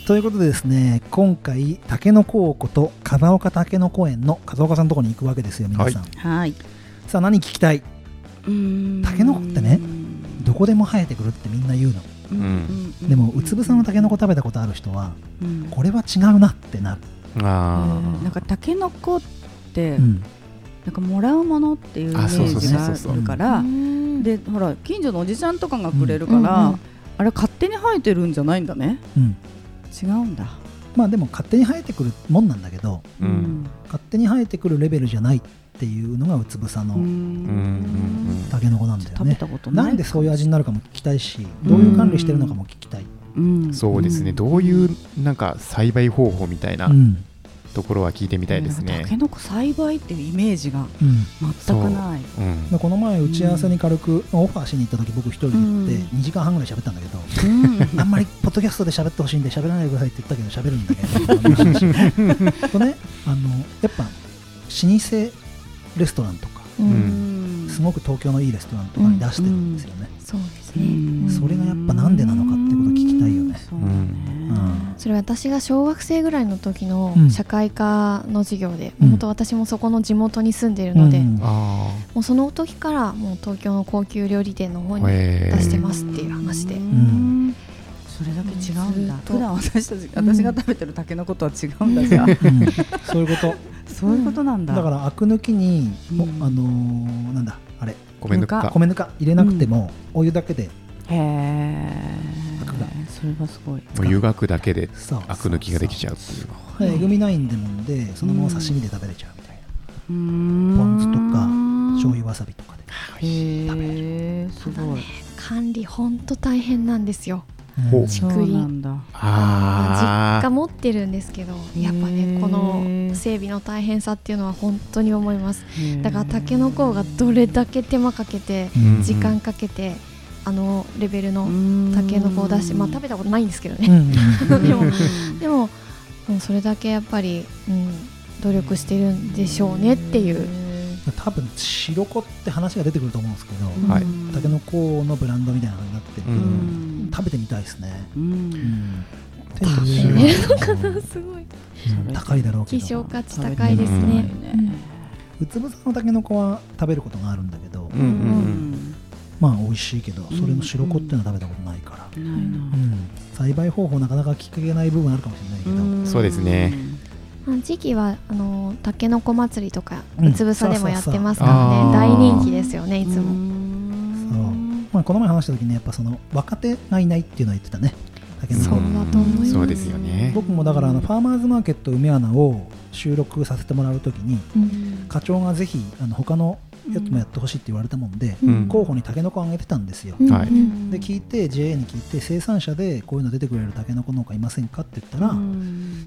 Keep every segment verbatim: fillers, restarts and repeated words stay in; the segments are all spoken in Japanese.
ということでですね、今回タケノコ王国と風岡タケノコ園の風岡さんのところに行くわけですよ皆さん。 はい。 さあ何聞きたい？ うーんタケノコってねどこでも生えてくるってみんな言うの。 うんでもうつぶさのタケノコ食べたことある人は、 うん、 これは違うなってなる。 あなんかタケノコって、 うん、 なんかもらうものっていうイメージがあるからで、ほら近所のおじちゃんとかがくれるから、うんうんうん、あれ勝手に生えてるんじゃないんだね、うん、違うんだ。 まあでも勝手に生えてくるもんなんだけど、うん、勝手に生えてくるレベルじゃないっていうのがうつぶさのタケノコなんだよね。なんでそういう味になるかも聞きたいし、どういう管理してるのかも聞きたい。 うん、そうですね、どういうなんか栽培方法みたいなところは聞いてみたいですね。 タケノコ栽培っていうイメージが全くない、 うんうん、この前打ち合わせに軽くオファーしに行った時僕一人で行ってにじかんはんぐらい喋ったんだけど、うん、あんまりポッドキャストで喋ってほしいんで喋らないでくださいって言ったけど喋るんだけどとね、あのやっぱ老舗レストランとか、うん、すごく東京のいいレストランとかに出してるんですよね、 うん、そうですね。 それがやっぱなんでなのかってことを聞きたいよね。 そうだね、うん、それ私が小学生ぐらいの時の社会科の授業で、うん、本当私もそこの地元に住んでいるので、うん、もうその時からもう東京の高級料理店の方に出してますっていう話で、うん、 それだけ違うんだ。普段私たち私が食べてるタケノコとは違うんだじゃあ、うん、 そういうことそういうことなんだ。 だからアク抜きに、うん、あのー、なんだあれ米ぬか米ぬか入れなくても、うん、お湯だけでへえそれはすごい。 お湯がくだけでアク抜きができちゃうっていう。 えぐみないんでもんでそのまま刺身で食べれちゃうみたいな、うん、ポン酢とか醤油わさびとかで食べれる。 すごい、ね、 管理ほんと大変なんですよ。 うん、 竹林あ実家持ってるんですけど、やっぱねこの整備の大変さっていうのは本当に思います。だからタケノコがどれだけ手間かけて時間かけてあのレベルのタケノコを出して、まあ食べたことないんですけどねでもでももうそれだけやっぱり、うん、努力してるんでしょうねっていう。 多分白子って話が出てくると思うんですけど、はい、タケノコのブランドみたいなのになってるけど、うん、食べてみたいですね、うんうん、手に入れるのかなすごい、うん、高いだろうけど希少価値高いですね。 うつぶさのタケノコは食べることがあるんだけど、うんうん、まあ美味しいけどそれの白子っていうのは食べたことないから、うんうん、栽培方法なかなかきっかけない部分あるかもしれないけど、 うん、そうですね。 時期はあのタケノコ祭りとかうつぶさでもやってますからね、うん、大人気ですよねいつも。そう、 まあ、この前話した時にやっぱその若手がいないっていうのは言ってたね。タケノコそうだと思います。 そうですよね。 僕もだからあのファーマーズマーケット梅穴を収録させてもらう時に、うん、課長がぜひあの他のやつもやってほしいって言われたもんで、うん、候補にタケノコをあげてたんですよ、うん、で聞いて ジェーエー に聞いて生産者でこういうの出てくれるタケノコ農家いませんかって言ったら、うん、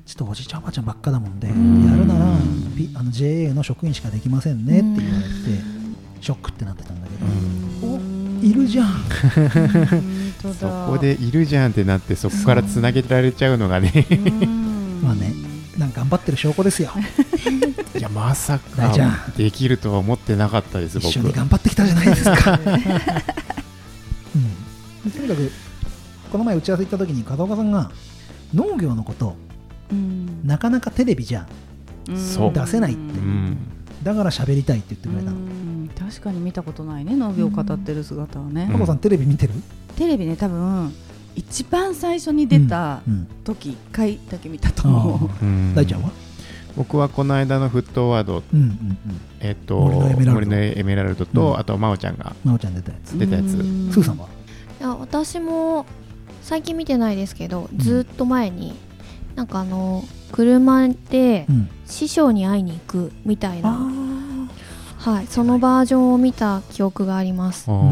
ちょっとおじいちゃんおばあちゃんばっかだもんで、うん、やるならあの ジェーエー の職員しかできませんねって言われてショックってなってたんだけど、うん、おいるじゃんそこでいるじゃんってなってそこからつなげられちゃうのがねまあねなんか頑張ってる証拠ですよいやまさかできるとは思ってなかったです。僕一緒に頑張ってきたじゃないですか、うん、とにかくこの前打ち合わせ行った時に片岡さんが農業のこと、うん、なかなかテレビじゃ出せないって、うん、だから喋りたいって言ってくれたの、うん、 確かに見たことないね農業を語ってる姿はね。 片岡さんテレビ見てる？ テレビね多分一番最初に出た時いっかいだけ見たと思う、うん、 大ちゃんは？ 僕はこの間のフットワード、うんうんうん、えっと森のエメラルドと、うん、あと真央ちゃんが真央ちゃん出たやつ出たやつ。スーさんは？ いや私も最近見てないですけど、うん、ずっと前になんかあの車で師匠に会いに行くみたいな、うん、はい、そのバージョンを見た記憶があります、うん、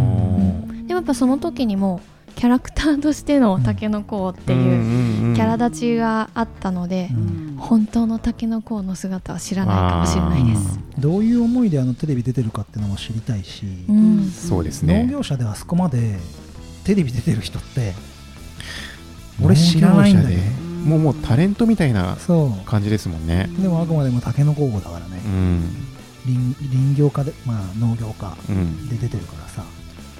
でもやっぱその時にもキャラクターとしてのタケノコっていうキャラ立ちがあったので、うん、本当のタケノコの姿は知らないかもしれないです。 どういう思いであのテレビ出てるかっていうのも知りたいし、 うん、そうですね。 農業者であそこまでテレビ出てる人って俺知らないんだよ。 もうもうタレントみたいな感じですもんね。 でもあくまでもタケノコ王だからね、うん、林, 林業家で、まあ、農業家で出てるからさ、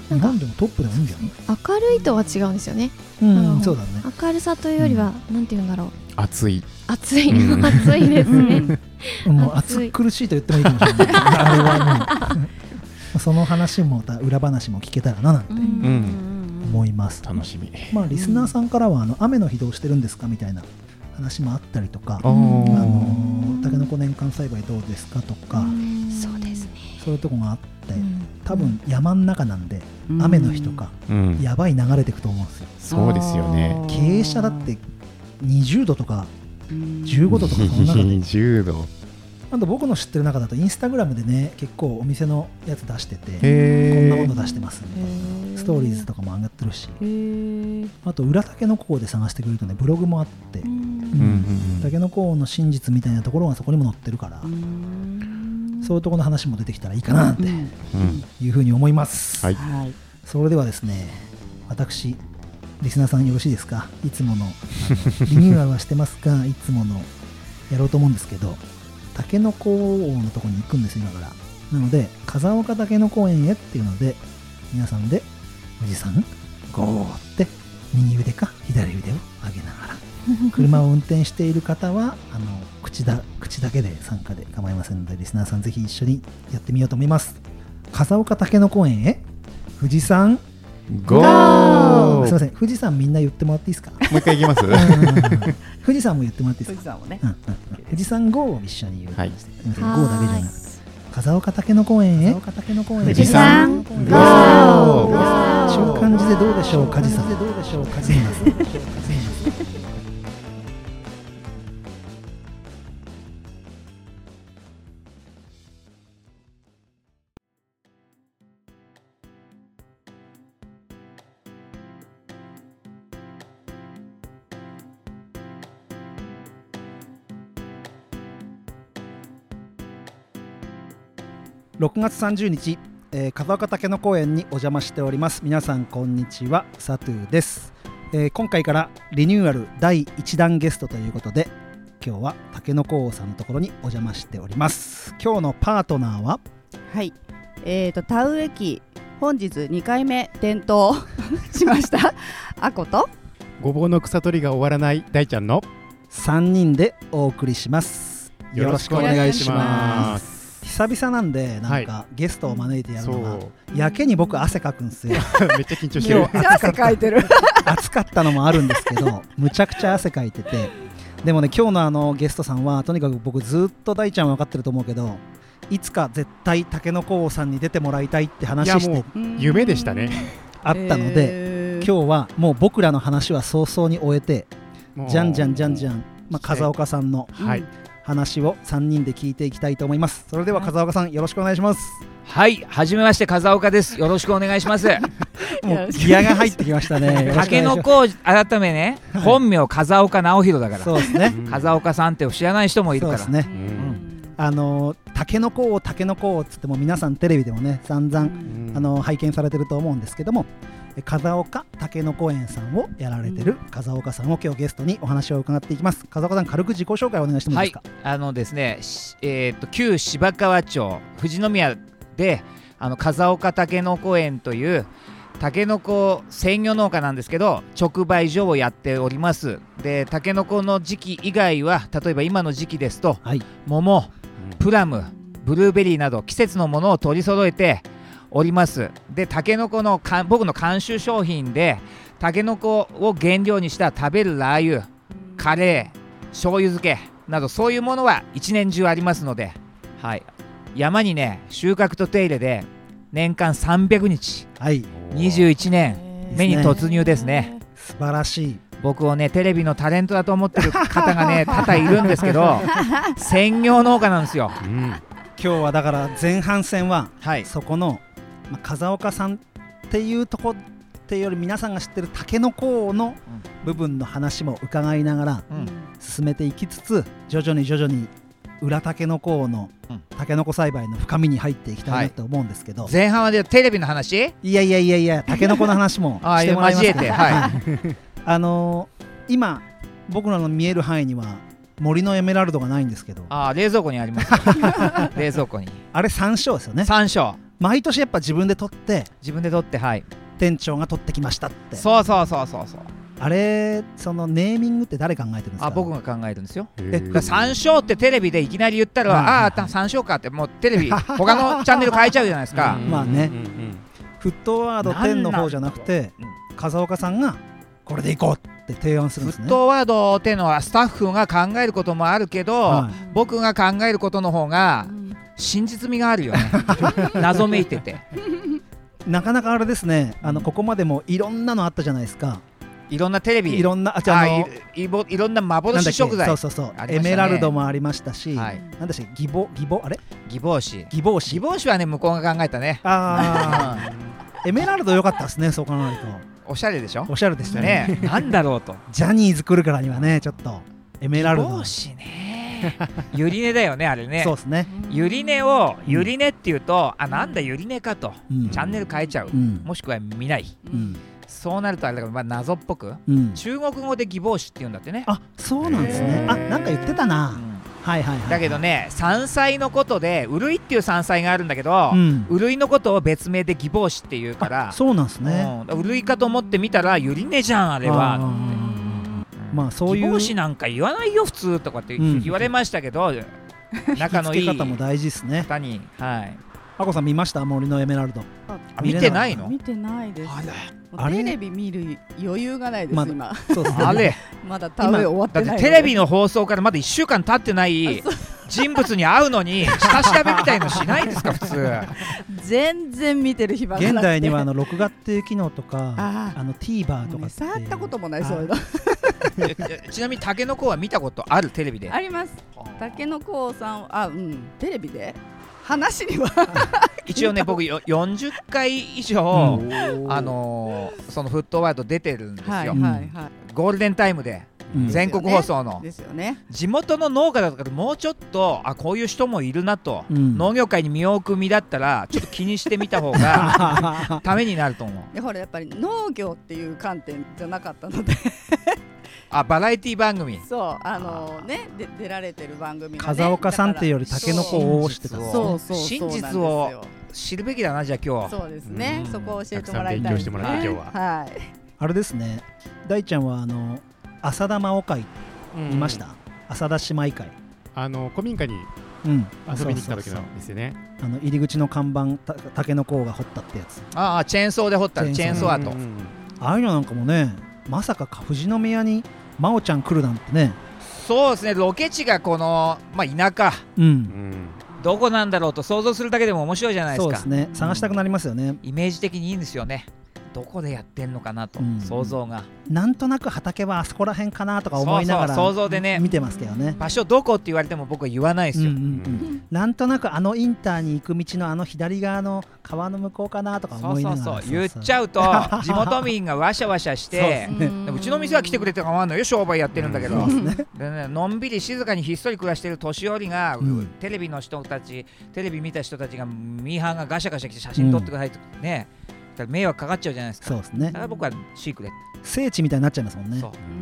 日本でもトップでもいいんじゃない？ 明るいとは違うんですよね。 うん、そうだね。 明るさというよりは、うん、なんて言うんだろう。 熱い。 熱い、うん、熱いですね。 うん、もう暑苦しいと言ってもいいかもしれない。あれはね。その話も裏話も聞けたらななんて思います。 楽しみ。 まあリスナーさんからはあの雨の日どうしてるんですかみたいな話もあったりとか、あのタケノコ年間栽培どうですかとか、 そうですね。 そういうとこがあって、多分山の中なんで雨の日とかやばい流れていくと思うんですよ。 そうですよね。 傾斜だってにじゅうどとかじゅうごどとかその中で。 にじゅうど。 あと僕の知ってる中だとインスタグラムでね結構お店のやつ出しててこんなもの出してますみたいなストーリーズとかも上がってるし、あと裏タケノコ王で探してくれるとねブログもあってタケノコ王の真実みたいなところがそこにも載ってるから、そういうところの話も出てきたらいいかなっていうふうに思います、はい、それではですね、私リスナーさんよろしいですか？いつものリニューアルはしてますか？いつものやろうと思うんですけどタケノコ王のところに行くんです今から。なので風岡タケノコ園へっていうので皆さんで富士山ゴーって右腕か左腕を上げながら車を運転している方はあの 口, だ口だけで参加で構いませんのでリスナーさんぜひ一緒にやってみようと思います。風岡タケノコ園へ富士山ゴー。すいません、富士山みんな言ってもらっていいですか？ もう一回いきます？ 富士山も言ってもらっていいですか？ 富士山もね、 うんうん、富士山ゴーを一緒に言う、はい、ゴーだけじゃなくて風岡タケノコ園へ富士山ゴー。中漢字でどうでしょう？カジさんでどうでしょう？カジマスろくがつさんじゅうにち、えー、風岡タケノコ園にお邪魔しております。皆さんこんにちは、サトゥーです、えー、今回からリニューアルだいいちだんゲストということで今日はタケノコ王さんのところにお邪魔しております。今日のパートナーははい、えーと田植え機本日にかいめ点灯しましたあことごぼうの草取りが終わらない大ちゃんのさんにんでお送りします。よろしくお願いします。久々なんでなんか、はい、ゲストを招いてやるのがやけに僕汗かくんですよめっちゃ緊張してる。 汗かいてる暑かったのもあるんですけどむちゃくちゃ汗かいてて、でもね今日のあのゲストさんはとにかく僕ずっと大ちゃんは分かってると思うけどいつか絶対タケノコ王さんに出てもらいたいって話して、いやもう夢でしたねあったので、今日はもう僕らの話は早々に終えてじゃんじゃんじゃんじゃん、まあ、風岡さんの、はい、話をさんにんで聞いていきたいと思います。それでは風岡さんよろしくお願いします。 はい、はじめまして風岡です。よろしくお願いしますもうギアが入ってきましたね。 タケノコ改めね、はい、本名風岡直弘だから。 そうですね。 風岡さんって知らない人もいるから。 そうですね。うん、あのタケノコをタケノコをつっても皆さんテレビでもね散々、うん、あの拝見されてると思うんですけども、風岡タケノコ園さんをやられてる風岡さんを今日ゲストにお話を伺っていきます。風岡さん軽く自己紹介をお願いしてもいいですか？ はい、あのですね、えー、と旧芝川町富士宮であの風岡タケノコ園というタケノコ鮮魚農家なんですけど直売所をやっております。でタケノコの時期以外は例えば今の時期ですと、はい、桃、プラム、ブルーベリーなど季節のものを取り揃えております。でタケノコのか僕の監修商品でタケノコを原料にした食べるラー油、カレー、醤油漬けなどそういうものは一年中ありますので、はい、山にね収穫と手入れで年間さんびゃくにち、はい、にじゅういちねん目に突入ですね。 素晴らしい。 僕をねテレビのタレントだと思ってる方がね多々いるんですけど専業農家なんですよ、うん、 今日はだから前半戦は、はい、そこのまあ、風岡さんっていうとこっていうより皆さんが知ってるタケノコの部分の話も伺いながら進めていきつつ、徐々に徐々に裏タケノコのタケノコ栽培の深みに入っていきたいなと思うんですけど、 はい、前半はでテレビの話、 いやいやいやいやタケノコの話もしてもらいますか、はい、あのー、今僕らの見える範囲には森のエメラルドがないんですけど、 あ冷蔵庫にあります冷蔵庫にあれ山椒ですよね。 山椒毎年やっぱ自分で撮って自分で撮って、はい、 店長が撮ってきましたって。 そうそうそうそうそう。 あれそのネーミングって誰考えてるんですか？ あ、僕が考えるんですよ。え山椒ってテレビでいきなり言ったら、ああ山椒かってもうテレビ他のチャンネル変えちゃうじゃないですか。 まあね、フットワードテンの方じゃなくて風岡さんがこれでいこうって提案するんですね。 フットワードっていうのはスタッフが考えることもあるけど、はい、僕が考えることの方が真実味があるよね謎めいててなかなかあれですね、あのここまでもいろんなのあったじゃないですか。 いろんなテレビ、 いろんなあじゃあのい, い, いろんな幻食材、 そうそうそう、ね、エメラルドもありましたし、はい、なんだっけ、ギボギボあれギボウシギボウシギボウシはね向こうが考えたね。あエメラルド良かったですね、そう考えると。 おしゃれでしょ。 おしゃれでしたね。 なんだろうとジャニーズ来るからにはね、ちょっとエメラルドギボウシねゆりねだよねあれね。 そうですね。 ゆりねをゆりねっていうと、あなんだゆりねかと、うん、チャンネル変えちゃう、うん、もしくは見ない、うん、そうなるとあれだから、まあ、謎っぽく、うん、中国語でギボウシって言うんだってね。 あ、そうなんですね。あ、なんか言ってたな、うん、はいはいはい。 だけどね、山菜のことでウルイっていう山菜があるんだけど、うん、ウルイのことを別名でギボウシっていうから。 そうなんですね、 うん、ウルイかと思ってみたらゆりねじゃんあれは。 まあそういうギボウシなんか言わないよ普通とかって言われましたけど、うん、仲のいい方も大事ですね。 方に、はい。 あこさん見ました？森のエメラルド。 見てないの？ 見てないです。あれテレビ見る余裕がないです、ま、今。 そうですね。 あれまだ田植え終わってない。 だってテレビの放送からまだいっしゅうかん経ってない人物に会うのに下調べみたいのしないんですか普通。 全然見てる暇がなくて。 現代にはあの録画っていう機能とか、ああの TVer とかって触ったこともない、そういうの。 ちなみにタケノコは見たことある？テレビで。 あります。タケノコさん、あ、うん、テレビで話には一応ね僕よんじゅっかい以上、うん、あのー、そのフットワード出てるんですよ、はいはいはい、ゴールデンタイムで、うん、全国放送のですよね。 地元の農家だからもうちょっとあこういう人もいるなと、うん、農業界に身を置く身だったらちょっと気にしてみた方がためになると思う。 でほらやっぱり農業っていう観点じゃなかったのであ、バラエティ番組。 そう、あのー、ねで出られてる番組が、ね、 風岡さんっていうよりタケノコを応してた。 そうそうそう、 真実を知るべきだな。じゃあ今日そうですね、そこを教えてもらいたいですね。 今日は、 はい、 あれですね、大ちゃんはあの浅田真央会見ました？浅田姉妹会、 あの古民家に遊びに来た時なんですよね。 あの入り口の看板たタケノコが掘ったってやつ。 ああ、チェーンソーで掘ったチェーンソー跡。 ああいうのなんかもね、まさか富士宮に真央ちゃん来るなんてね。 そうですね、ロケ地がこの、まあ、田舎、うん、どこなんだろうと想像するだけでも面白いじゃないですか。 そうですね、探したくなりますよね、うん、 イメージ的にいいんですよね。どこでやってんのかなと、うん、想像がなんとなく畑はあそこら辺かなとか思いながら想像でね見てますけどね。 場所どこって言われても僕は言わないですよ、うんうんうん、 なんとなくあのインターに行く道のあの左側の川の向こうかなとか思いながら、 そうそうそう言っちゃうと地元民がわしゃわしゃしてう、ね、うちの店は来てくれて構わんのよ、商売やってるんだけど、うん、でね、のんびり静かにひっそり暮らしてる年寄りが、うん、テレビの人たちテレビ見た人たちがミーハーがガシャガシャ来て写真撮ってくださいとね、うん、迷惑かかっちゃうじゃないですか。 そうですね。 だから僕はシークレット聖地みたいになっちゃいますもんね。そう、うん、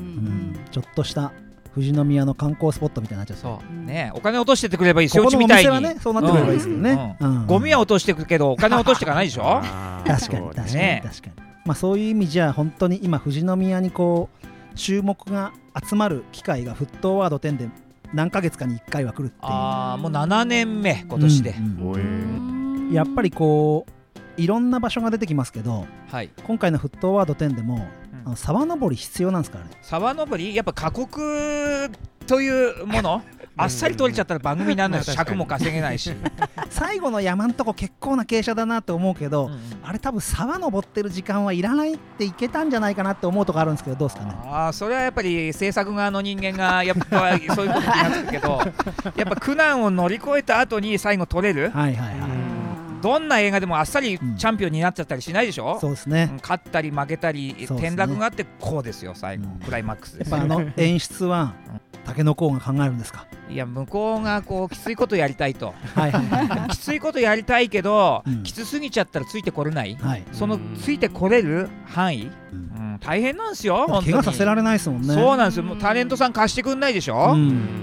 ちょっとした富士宮の観光スポットみたいになっちゃう。 そうね、お金落としてってくればいいですよ。うちみたいにここのお店はね、 そうなってくればいいですけどね、うんうん、 ゴミは落としてくるけどお金落としていかないでしょ確かに確かに、ね、確かに、まあ、そういう意味じゃ本当に今富士宮にこう注目が集まる機会がフットワードじゅうで何ヶ月かにいっかいは来るっていう。 ああ、もうななねんめ今年で、うんうん、やっぱりこういろんな場所が出てきますけど、はい、今回のフットワードじゅうでも、うん、あの沢登り必要なんですか？あれ沢登りやっぱ過酷というものあっさり取れちゃったら番組にならないし尺も稼げないし最後の山んとこ結構な傾斜だなと思うけど、うんうん、あれ多分沢登ってる時間はいらないっていけたんじゃないかなって思うとこあるんですけど、どうですかね。 あ、それはやっぱり制作側の人間がやっぱそういうこと気がつくけどやっぱ苦難を乗り越えた後に最後取れる、はいはいはい、どんな映画でもあっさりチャンピオンになっちゃったりしないでしょ、うん、 そうですね、 勝ったり負けたり、ね、転落があってこうですよ最後、うん、クライマックスです。 やっぱあの演出はタケノコが考えるんですか？ いや向こうがこうきついことやりたいとはいはい、はい、きついことやりたいけど、うん、きつすぎちゃったらついてこれない、はい、そのついてこれる範囲、うんうん、 、大変なんですよ。本当に怪我させられないですもんね。 そうなんですよ。もうタレントさん貸してくんないでしょ、うん、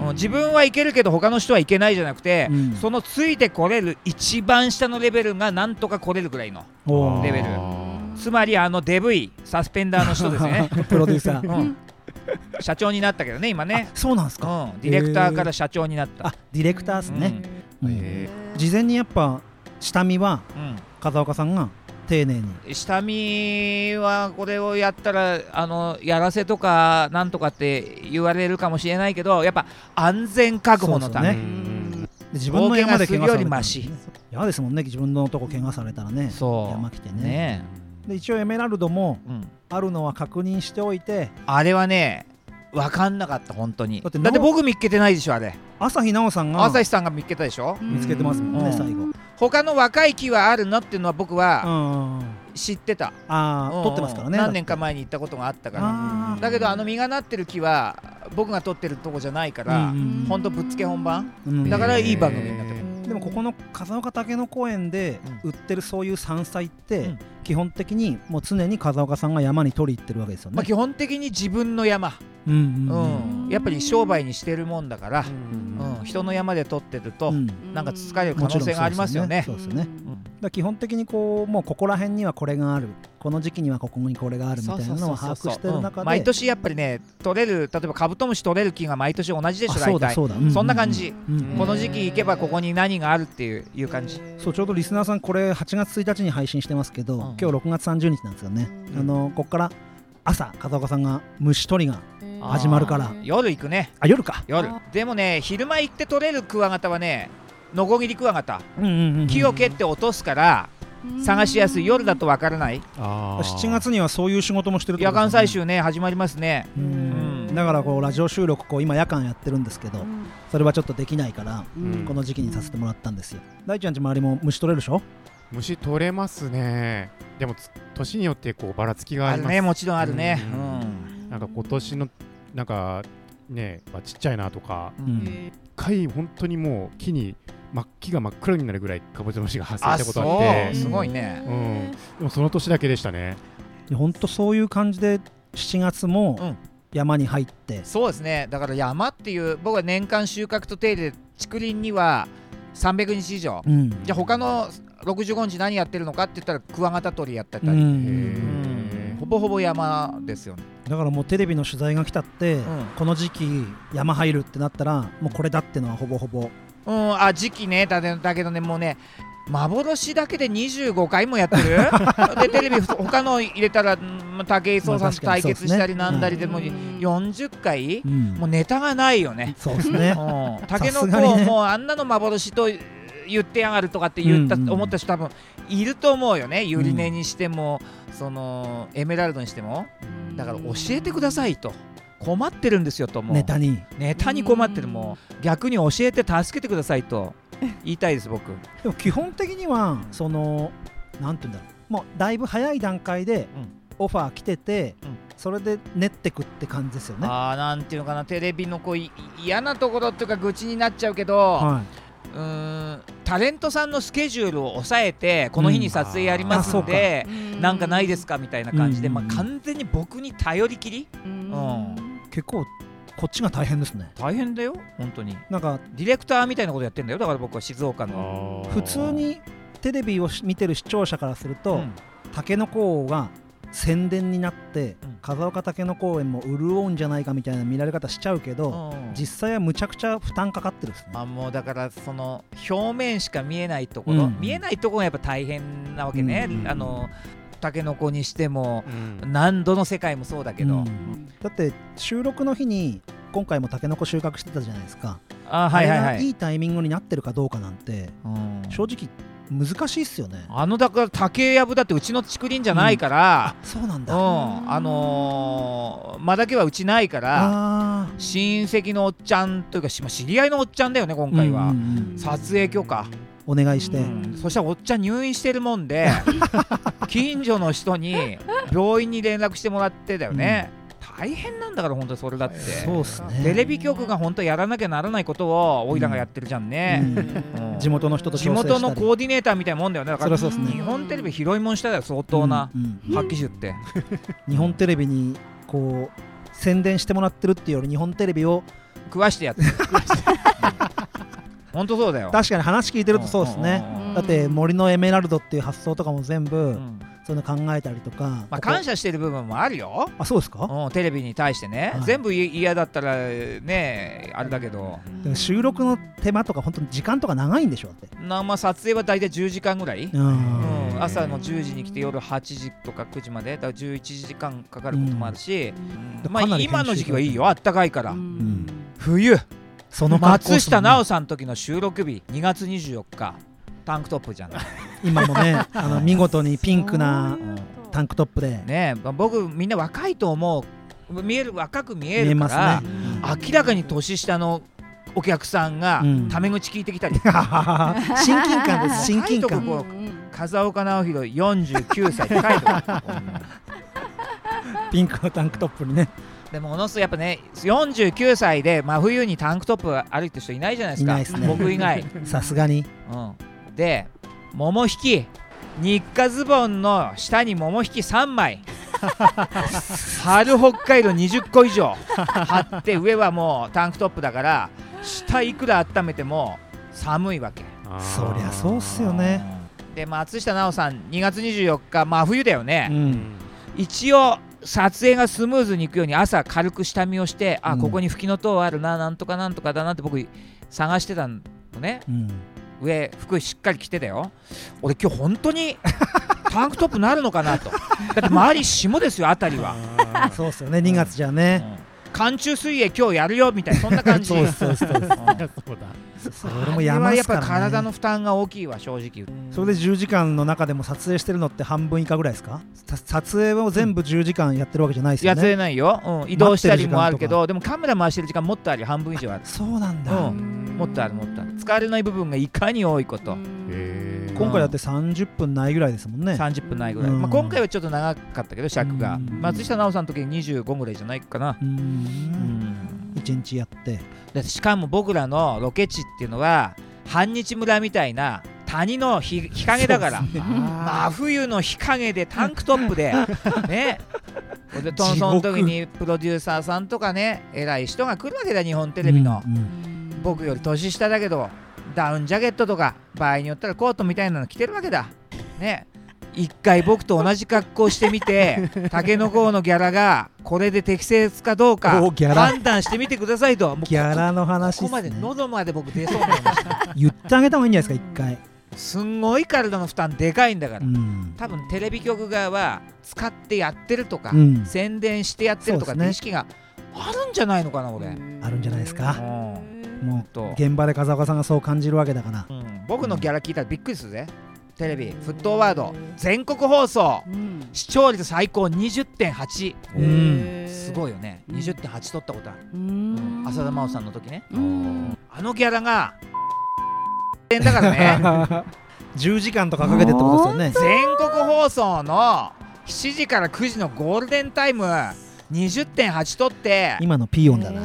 自分はいけるけど他の人はいけないじゃなくて、うん、そのついてこれる一番下のレベルがなんとか来れるぐらいのレベル、つまりあのデブイサスペンダーの人ですねプロデューサー、うん、 社長になったけどね今ね。 そうなんですか、 うん、ディレクターから社長になった。 あ、ディレクターですね、うんうん、事前にやっぱ下見は、うん、風岡さんが丁寧に。 下見はこれをやったらあのやらせとかなんとかって言われるかもしれないけど、やっぱ安全確保のため、ね、 自分の山で怪我されたら、ね、 よりマシ。 嫌ですもんね、自分のとこ怪我されたらね。そう山来て ね, ねで一応エメラルドもあるのは確認しておいて、 うん、あれはね分かんなかった本当に。だってだって僕見っけてないでしょあれ。 朝日奈央さんが朝日さんが見っけたでしょ。 見つけてますもんね、うん、最後。 他の若い木はあるのっていうのは僕は知ってた。 ああ、撮ってますからね。 何年か前に行ったことがあったから。だけどあの実がなってる木は僕が撮ってるとこじゃないから、ほんとぶっつけ本番、うん、だからいい番組になってる。 でもここの風岡竹野公園で売ってるそういう山菜って、うん、基本的にもう常に風岡さんが山に取り行ってるわけですよね。 まあ、基本的に自分の山、うんうんうん、やっぱり商売にしてるもんだから、うんうん、人の山で取ってると、うん、なんかつつかれる可能性がありますよね。 そうですよね。だ基本的にこうもうここら辺にはこれがある、この時期にはここにこれがあるみたいなのを把握してる中で、 毎年やっぱりね取れる、例えばカブトムシ取れる木が毎年同じでしょ大体。そうだそうだ、うんうん、そんな感じ、うんうん、この時期行けばここに何があるっていういう感じ。 そう、ちょうどリスナーさんこれはちがつついたちに配信してますけど、うん、今日ろくがつさんじゅうにちなんですよね、うん、あのここから朝風岡さんが虫取りが始まるから。 夜行くね。 あ、夜か。 夜でもね、昼間行って取れるクワガタはねノコギリクワガタ、うんうんうんうん、木を蹴って落とすから探しやすい。夜だと分からない。 あしちがつにはそういう仕事もしてるってことですね。夜間採集ね始まりますね。うん、 うん、だからこうラジオ収録こう今夜間やってるんですけど、うん、それはちょっとできないから、うん、この時期にさせてもらったんですよ。大ちゃんち周りも虫取れるでしょ。 虫取れますね。でも年によってこうばらつきがあります。 あるね、もちろんあるね、 うんうん、なんか今年のなんかね、まあ、ちっちゃいなとか、うん、一回本当にもう木に木が真っ黒になるぐらいカブトムシが発生したことあって。 すごいね、 うん、でもその年だけでしたね。 本当そういう感じでしちがつも山に入って、うん、 そうですね。だから山っていう僕は年間収穫と手入れ竹林にはさんびゃくにち以上、うん、じゃあ他のろくじゅうごにち何やってるのかって言ったらクワガタ取りやってたり、うん、ほぼほぼ山ですよね。 だからもうテレビの取材が来たって、うん、この時期山入るってなったらもうこれだってのはほぼほぼ、 うん、あ時期ね。だだけどねもうね幻だけでにじゅうごかいもやってるでテレビ他の入れたら武井壮さんと対決したりなんだりでもよんじゅっかい、うん、もうネタがないよね。 そうですね。 タケノコをもうあんなの幻と言ってやがるとかって言った、うんうん、思った人多分いると思うよね。ユリネにしても、うん、そのエメラルドにしても。だから教えてくださいと。困ってるんですよと。もうネタにネタに困ってる。もう逆に教えて助けてくださいと言いたいです僕。 でも基本的にはそのなんていうんだろう、もうだいぶ早い段階でオファー来てて、うん、それで練ってくって感じですよね。 ああ、なんていうのかな、テレビのこう嫌なところっていうか愚痴になっちゃうけど、はい、うーんタレントさんのスケジュールを抑えてこの日に撮影やりますんで、うん、なんかないですかみたいな感じで、まあ、完全に僕に頼りきり、うんうん、 結構こっちが大変ですね。 大変だよ本当に。なんかディレクターみたいなことやってんだよ。だから僕は静岡の普通にテレビを見てる視聴者からすると、うん、タケノコが宣伝になって、うん、風岡竹野公園も潤うんじゃないかみたいな見られ方しちゃうけど、うん、実際はむちゃくちゃ負担かかってるですね。 あもうだからその表面しか見えないところ、うん、見えないところがやっぱ大変なわけね、うん、あのタケノコにしても、うん、何度の世界もそうだけど、うん、 だって収録の日に今回もタケノコ収穫してたじゃないですか。 あ、はいはいはい、 あれがいいタイミングになってるかどうかなんて、うん、正直難しいっすよね。 あのだから竹やぶだってうちの竹林じゃないから、 うん、そうなんだ、 うん、あのー、間だけはうちないから親戚のおっちゃんというか知り合いのおっちゃんだよね今回は、うんうんうん、撮影許可お願いして、うん、そしたらおっちゃん入院してるもんで近所の人に病院に連絡してもらってだよね、うん、 大変なんだから本当それだって。 そうっすね。 テレビ局が本当やらなきゃならないことをおいらがやってるじゃんね、うんうん、地元の人と地元のコーディネーターみたいなもんだよね。だからそうそうそう、ね、 日本テレビ広いもんしたよ相当な、うんうん、発揮手って日本テレビにこう宣伝してもらってるっていうより日本テレビを食わしてやってる本当そうだよ。 確かに話聞いてるとそうですね。だって森のエメラルドっていう発想とかも全部、うん、そういうの考えたりとか、 まあ、感謝してる部分もあるよ。 あ、そうですか、 うん、テレビに対してね、はい、全部嫌だったらねあれだけど、 でも収録の手間とか本当に時間とか長いんでしょって。 な、まあ、撮影は大体じゅうじかんぐらい、うん、朝のじゅうじに来て夜はちじとかくじまでだからじゅういちじかんかかることもあるし、うん、まあ、今の時期はいいよ、あったかいから、うん、冬その松下奈緒さんの時の収録日にがつにじゅうよっかタンクトップじゃない今もねあの見事にピンクなタンクトップでね、僕みんな若いと思う、見える若く見えるから、ね、明らかに年下のお客さんがタメ口聞いてきたり、うん、 親近感です。親近感。 こう風岡直弘よんじゅうきゅうさいって書いてあるピンクのタンクトップにね。 でもものすごいやっぱねよんじゅうきゅうさいで真冬にタンクトップ歩いてる人いないじゃないですか。 いないですね、 僕以外さすがに、 うん、で桃引き日課ズボンの下に桃引きさんまい春北海道にじゅっこ以上貼って上はもうタンクトップだから下いくら温めても寒いわけ。 そりゃそうっすよね。 で松下奈緒さんにがつにじゅうよっか真冬だよね、うん、一応撮影がスムーズにいくように朝軽く下見をして、あ、ここに吹きの塔あるな、なんとかなんとかだなって僕探してたのね、うん、上服しっかり着てたよ。俺今日本当にタンクトップなるのかなとだって周り霜ですよ、あたりはそうっすよね、にがつじゃね、うんうん、 寒中水泳今日やるよみたいなそんな感じそうそうそうそうそうだそれもやますからね。やっぱ体の負担が大きいわ正直。 それでじゅうじかんの中でも撮影してるのって半分以下ぐらいですか？撮影を全部じゅうじかんやってるわけじゃないですよね。 やってないよ、うん、移動したりもあるけど、でもカメラ回してる時間もっとあるよ、半分以上ある。 そうなんだ、 うん、もっとあるもっとある。使われない部分がいかに多いこと。 へー、今回だってさんじゅっぷんないぐらいですもんね。 さんじゅっぷんないぐらい、まあ、今回はちょっと長かったけど尺が、松下奈緒さんの時ににじゅうごぐらいじゃないかな。うん、 いちにちやってで、しかも僕らのロケ地っていうのは半日村みたいな谷の日陰だから、ね、真冬の日陰でタンクトップでねでその時にプロデューサーさんとかね偉い人が来るわけだ、日本テレビの、うんうん、僕より年下だけどダウンジャケットとか場合によったらコートみたいなの着てるわけだね。一回僕と同じ格好してみてタケノコのギャラがこれで適切かどうか判断してみてくださいと。 ギャラの話ですね。ここまで喉まで僕出そうになりました言ってあげた方がいいんじゃないですか、一回。 すんごい体の負担でかいんだから、うん、多分テレビ局側は使ってやってるとか、うん、宣伝してやってるとかって意識があるんじゃないのかな、俺。 あるんじゃないですか、うん、もう現場で風岡さんがそう感じるわけだから、うん、 僕のギャラ聞いたらびっくりするぜ。テレビフットワード全国放送、うん、視聴率最高 にじゅってんはち、うん、すごいよね。 にじゅってんはち 取ったことある、うん、浅田真央さんの時ね、うん、あのギャラがだからねじゅうじかんとかかけてってことですよね。 全国放送のしちじからくじのゴールデンタイム にじゅってんはち 取って今のピーヨンだな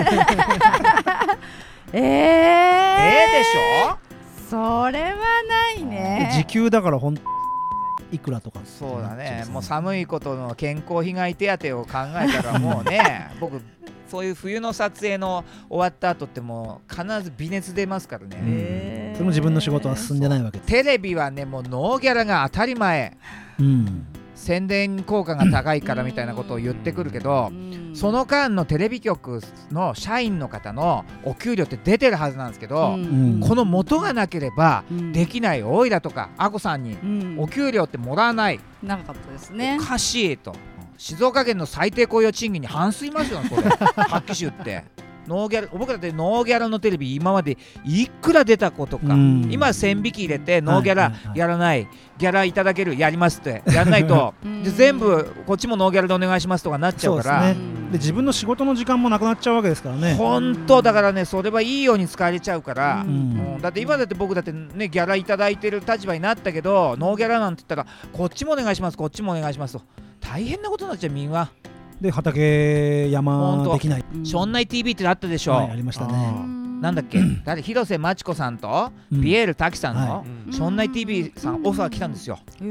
えー、えー、 でしょ。 それはないね。 時給だからほんいくらとか。 そうだね、もう寒いことの健康被害手当を考えたらもうね僕そういう冬の撮影の終わった後ってもう必ず微熱出ますからね。 それも自分の仕事は進んでないわけです。 テレビはねもうノーギャラが当たり前、うん、宣伝効果が高いからみたいなことを言ってくるけど、その間のテレビ局の社員の方のお給料って出てるはずなんですけど、うん、この元がなければできない、おいらとかあこさんにお給料ってもらわない、 うん、なかったですね。 おかしいと。静岡県の最低雇用賃金に反すぎますよそれ発揮集ってノーギャラ、僕だってノーギャラのテレビ今までいくら出たことか、うん、今線引き入れてノーギャラやらない、ギャラいただけるやりますってやらないとで全部こっちもノーギャラでお願いしますとかなっちゃうから、 そうですね。で自分の仕事の時間もなくなっちゃうわけですからね。 本当だからね、それはいいように使われちゃうから、うんうん、だって今だって僕だってねギャラいただいてる立場になったけどノーギャラなんて言ったらこっちもお願いしますこっちもお願いしますと大変なことになっちゃう。みんなで畑山できない庄内 ティーブイ ってあったでしょ、 はい、ありましたね。 なんだっけ誰広瀬真知子さんとピエール滝さんの庄内 ティーブイ さんオファー来たんですよ。うん、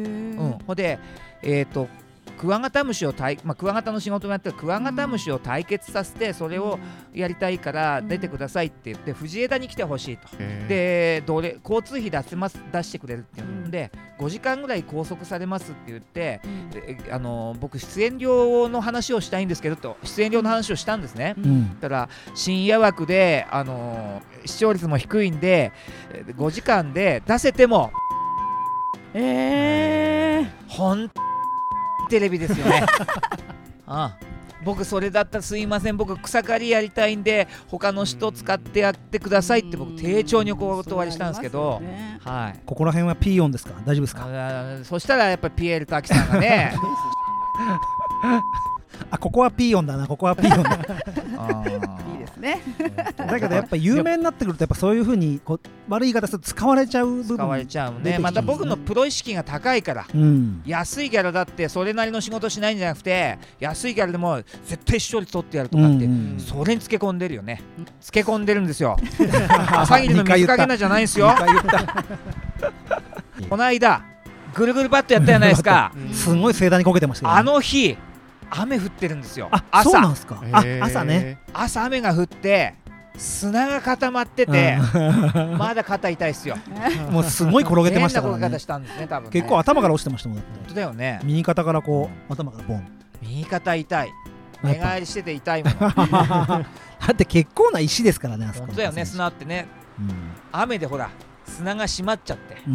ほんでえっとクワガタムシを対、まあ、クワガタの仕事もやってるクワガタムシを対決させてそれをやりたいから出てくださいって言って藤枝に来てほしいと。でどれ交通費出せます出してくれるっていうのでごじかんぐらい拘束されますって言って、あの僕出演料の話をしたいんですけどと出演料の話をしたんですね。うん、だから深夜枠で、あの視聴率も低いんでごじかんで出せてもえー、 ほんテレビですよね。ああ僕それだったらすいません僕草刈りやりたいんで他の人使ってやってくださいって僕丁重にお断りしたんですけど、ね、はい、 ここら辺はピーヨンですか大丈夫ですか。 そしたらやっぱりピエール滝さんがねあここはピーヨンだなここはピーヨンだあいいですね。 だけどやっぱ有名になってくるとやっぱそういう風にこう悪い言い方すると使われちゃう部分使われちゃうね。また僕のプロ意識が高いから、うん、安いギャラだってそれなりの仕事しないんじゃなくて安いギャラでも絶対視聴率取ってやるとかって、うんうん、それにつけ込んでるよね。つけ込んでるんですよ。朝霧の水かけなじゃないんですよ。この間ぐるぐるバットやったじゃないですか。 すごい盛大にこけてましたよね。 あの日雨降ってるんですよ。 あ、 朝そうなんですか。あ、朝ね。 朝雨が降って砂が固まっててまだ肩痛いっすよ。 もうすごい転げてましたからね。 変な転げ方したんですね多分ね。 結構頭から落ちてましたもん。 本当だよね。 右肩からこう頭からボン。 右肩痛い。寝返りしてて痛いもん。 だって結構な石ですからね。あそこ本当だよね。砂ってね。雨でほら砂が締まっちゃって、うん、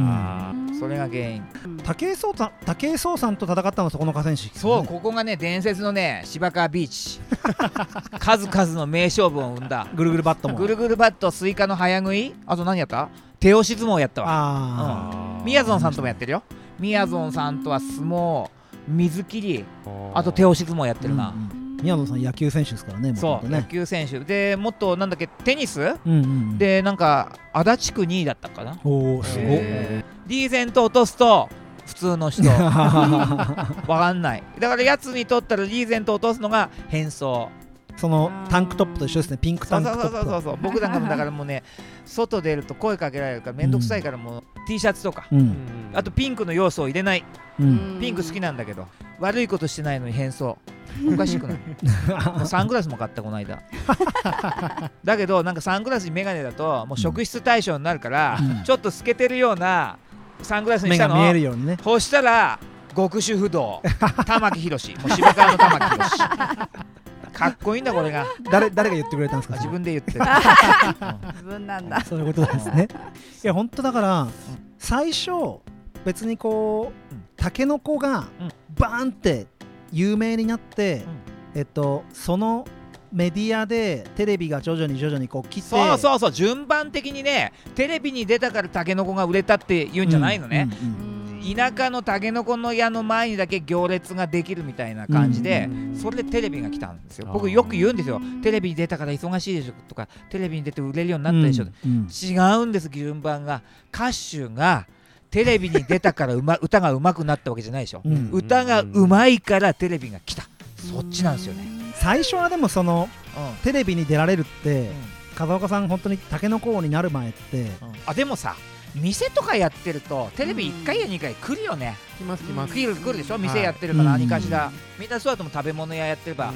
それが原因。 武井壮さん、武井壮さんと戦ったのそこの河川敷、ね、 そうここがね伝説のね芝川ビーチ数々の名勝負を生んだぐるぐるバットもぐるぐるバットスイカの早食いあと何やった手押し相撲やったわ。みやぞんさんともやってるよ。みやぞんさんとは相撲水切りあと手押し相撲やってるな、うんうん宮野さん野球選手ですからね。 そうね野球選手でもっとなんだっけテニス、うんうん、でなんか足立区にいだったかな。 おーすごい。 リーゼント落とすと普通の人わかんない。だからやつにとったらリーゼント落とすのが変装。 そのタンクトップと一緒ですね。ピンクタンクトップ。 そうそうそうそう僕なんかもだからもうね外出ると声かけられるからめんどくさいからもう、うん、T シャツとか、うん、あとピンクの要素を入れない、うん、ピンク好きなんだけど悪いことしてないのに変装おかしくないもうサングラスも買ったこの間だけどなんかサングラスにメガネだともう職質対象になるから、うん、ちょっと透けてるようなサングラスにしたの。 目が見えるようにね。 そしたら極主不動玉木宏もう芝川の玉木宏かっこいいんだこれが。 誰誰が言ってくれたんですか。 自分で言ってる自分なんだ。 そういうことですね。いや本当だから最初別にこうタケノコがバーンって有名になって、うん、えっとそのメディアでテレビが徐々に徐々にこう来てそうそうそう順番的にねテレビに出たからタケノコが売れたって言うんじゃないのね、うんうんうん、田舎のタケノコの屋の前にだけ行列ができるみたいな感じで、うんうん、それでテレビが来たんですよ。僕よく言うんですよ。テレビに出たから忙しいでしょとかテレビに出て売れるようになったでしょ、うんうん、違うんです。順番が歌手がテレビに出たからう、ま、歌が上手くなったわけじゃないでしょ、うん、歌が上手いからテレビが来た。そっちなんですよね。 最初はでもその、うん、テレビに出られるって、うん、風岡さん本当にタケノコ王になる前って、うん、 あでもさ店とかやってるとテレビいっかいやにかい来るよね。 来ます来ます。 来る来るでしょ。店やってるから何かしら、うん、みんなそうだとも食べ物屋やってれば、うん、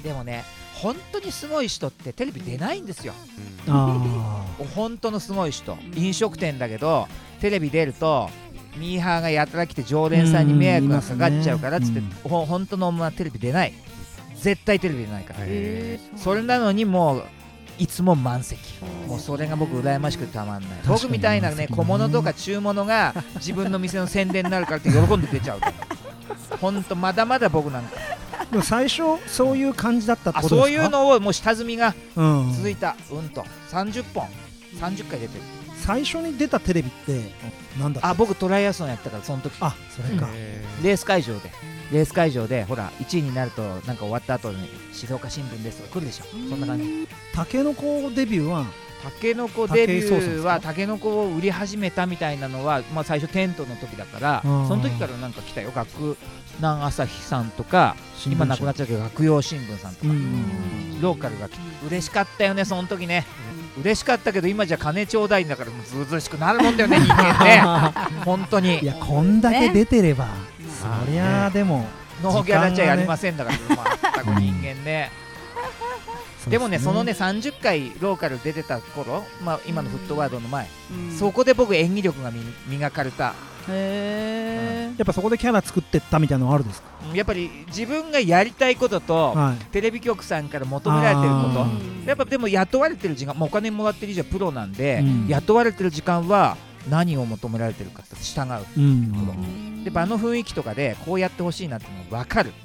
でもね本当にすごい人ってテレビ出ないんですよ、うん、あ本当のすごい人飲食店だけどテレビ出るとミーハーがやたら来て常連さんに迷惑がかかっちゃうからっつって、うん、ほ本当のお前テレビ出ない。絶対テレビ出ないから。それなのにもういつも満席。もうそれが僕羨ましくてたまんない。僕みたいなね小物とか中物が自分の店の宣伝になるからって喜んで出ちゃう本当まだまだ僕なんかでも最初そういう感じだったってことですか。 そういうのをもう下積みが続いた。うん、うんとさんじゅっぽんさんじゅっかい出てる。 最初に出たテレビってなんだった。 あ僕トライアスロンやったからその時。 あそれか。 レース会場でレース会場でほらいちいになるとなんか終わった後に静岡新聞ですとか来るでしょ。そんな感じ。 タケノコデビューはたけのこデビューはたけのこを売り始めたみたいなのは、まあ、最初テントの時だからその時からなんか来たよ。学南朝日さんとか今なくなっちゃうけど学用新聞さんとかローカルが来て嬉しかったよねその時ね。嬉しかったけど今じゃ金ちょうだいんだからずうずうしくなるもんだよね人間ね本当に。 いやこんだけ出てれば、ね、そりゃでもノーギャラじゃやりませんだから全く人間ねでもねそのねさんじゅっかいローカル出てた頃、まあ、今のフットワードの前、うん、そこで僕演技力が磨かれた。 へー、うん、やっぱそこでキャラ作ってったみたいなのはあるんですか？ やっぱり自分がやりたいことと、はい、テレビ局さんから求められてることやっぱでも雇われてる時間、まあ、お金もらってる以上プロなんで、うん、雇われてる時間は何を求められてるかって従う、うん、で場の雰囲気とかでこうやってほしいなっていうのが分かる、うん、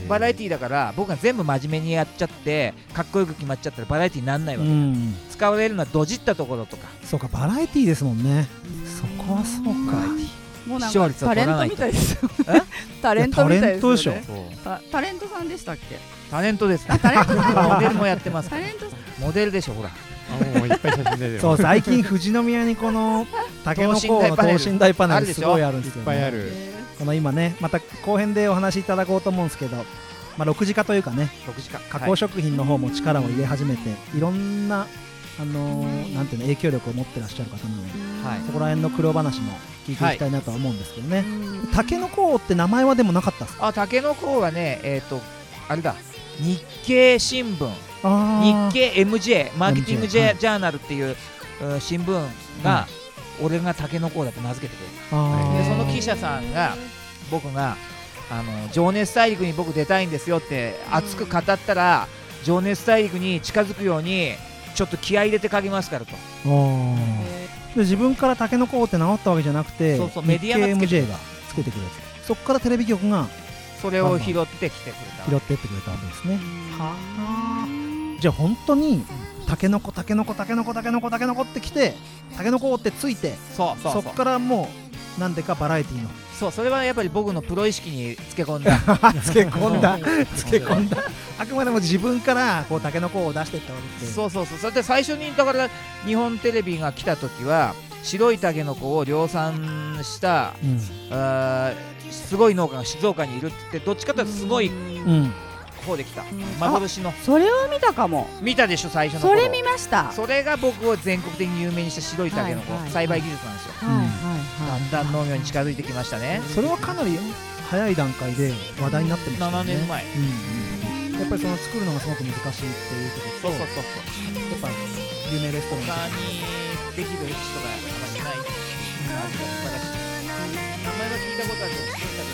バラエティーだから僕が全部真面目にやっちゃってかっこよく決まっちゃったらバラエティーにならないわけだ、うん、使われるのはドジったところとか。 そうかバラエティーですもんね。そこはそうか。 もうなんかタレントみたいですよタレントみたいですよね。タレントさんでしたっけ？ タレントですね。 タレントモデルもやってます。タレントモデルでしょほら。 もういっぱい写真出てる。 そう最近富士宮にこのたけのこの等身大パネルすごいあるんですよ、ね、 いっぱいある。 この今ねまた後編でお話しいただこうと思うんですけど、まあ、ろくじ化というかねろくじ化加工食品の方も力を入れ始めて、はい、いろんなあのー、なんていうの影響力を持ってらっしゃる方なので、はい、そこら辺の苦労話も聞いていきたいなとは思うんですけどね。たけのこって名前はでもなかったですか？ あたけのこはねえっ、ー、とあれだ日経新聞日経 エムジェー マーケティングジャーナルっていう、はい、新聞が、うん、俺がたけのこだと名付けてくれる。でその記者さんが僕があの情熱大陸に僕出たいんですよって熱く語ったら、うん、情熱大陸に近づくようにちょっと気合い入れて書きますからと。 で自分からたけのこって名乗ったわけじゃなくてそうそうメディアがエムジェー がつけてくれる。そこからテレビ局がそれを拾ってきてくれた。 拾ってってくれたわけですね。はあ。じゃあ本当にたけのこたけのこたけのこたけのこたけのこってきてたけのこってついてそうそうそうそこからもうなんでかバラエティーのそうそれはやっぱり僕のプロ意識につけ込んだつけ込んだつけ込んだあくまでも自分からこうたけのこを出していったわけでそうそうそう。それで最初にだから日本テレビが来た時は白いたけのこを量産した、うん、あすごい農家が静岡にいるって言ってどっちかというとすごい、うん方できた幻のそれを見たかも。 見たでしょ最初の頃。 それ見ました。 それが僕を全国的に有名にした白いたけのこ、はいはい、栽培技術なんですよ、はいはいはい、だんだん農業に近づいてきましたね。 それはかなり早い段階で話題になってましたね。 ななねんまえ、 うんうん、やっぱりその作るのがすごく難しいっていうこととそうそうそうそうやっぱ有名レストラン他にできる人があまりいない、うん、味が素晴らしい。名前は聞いたことあるけど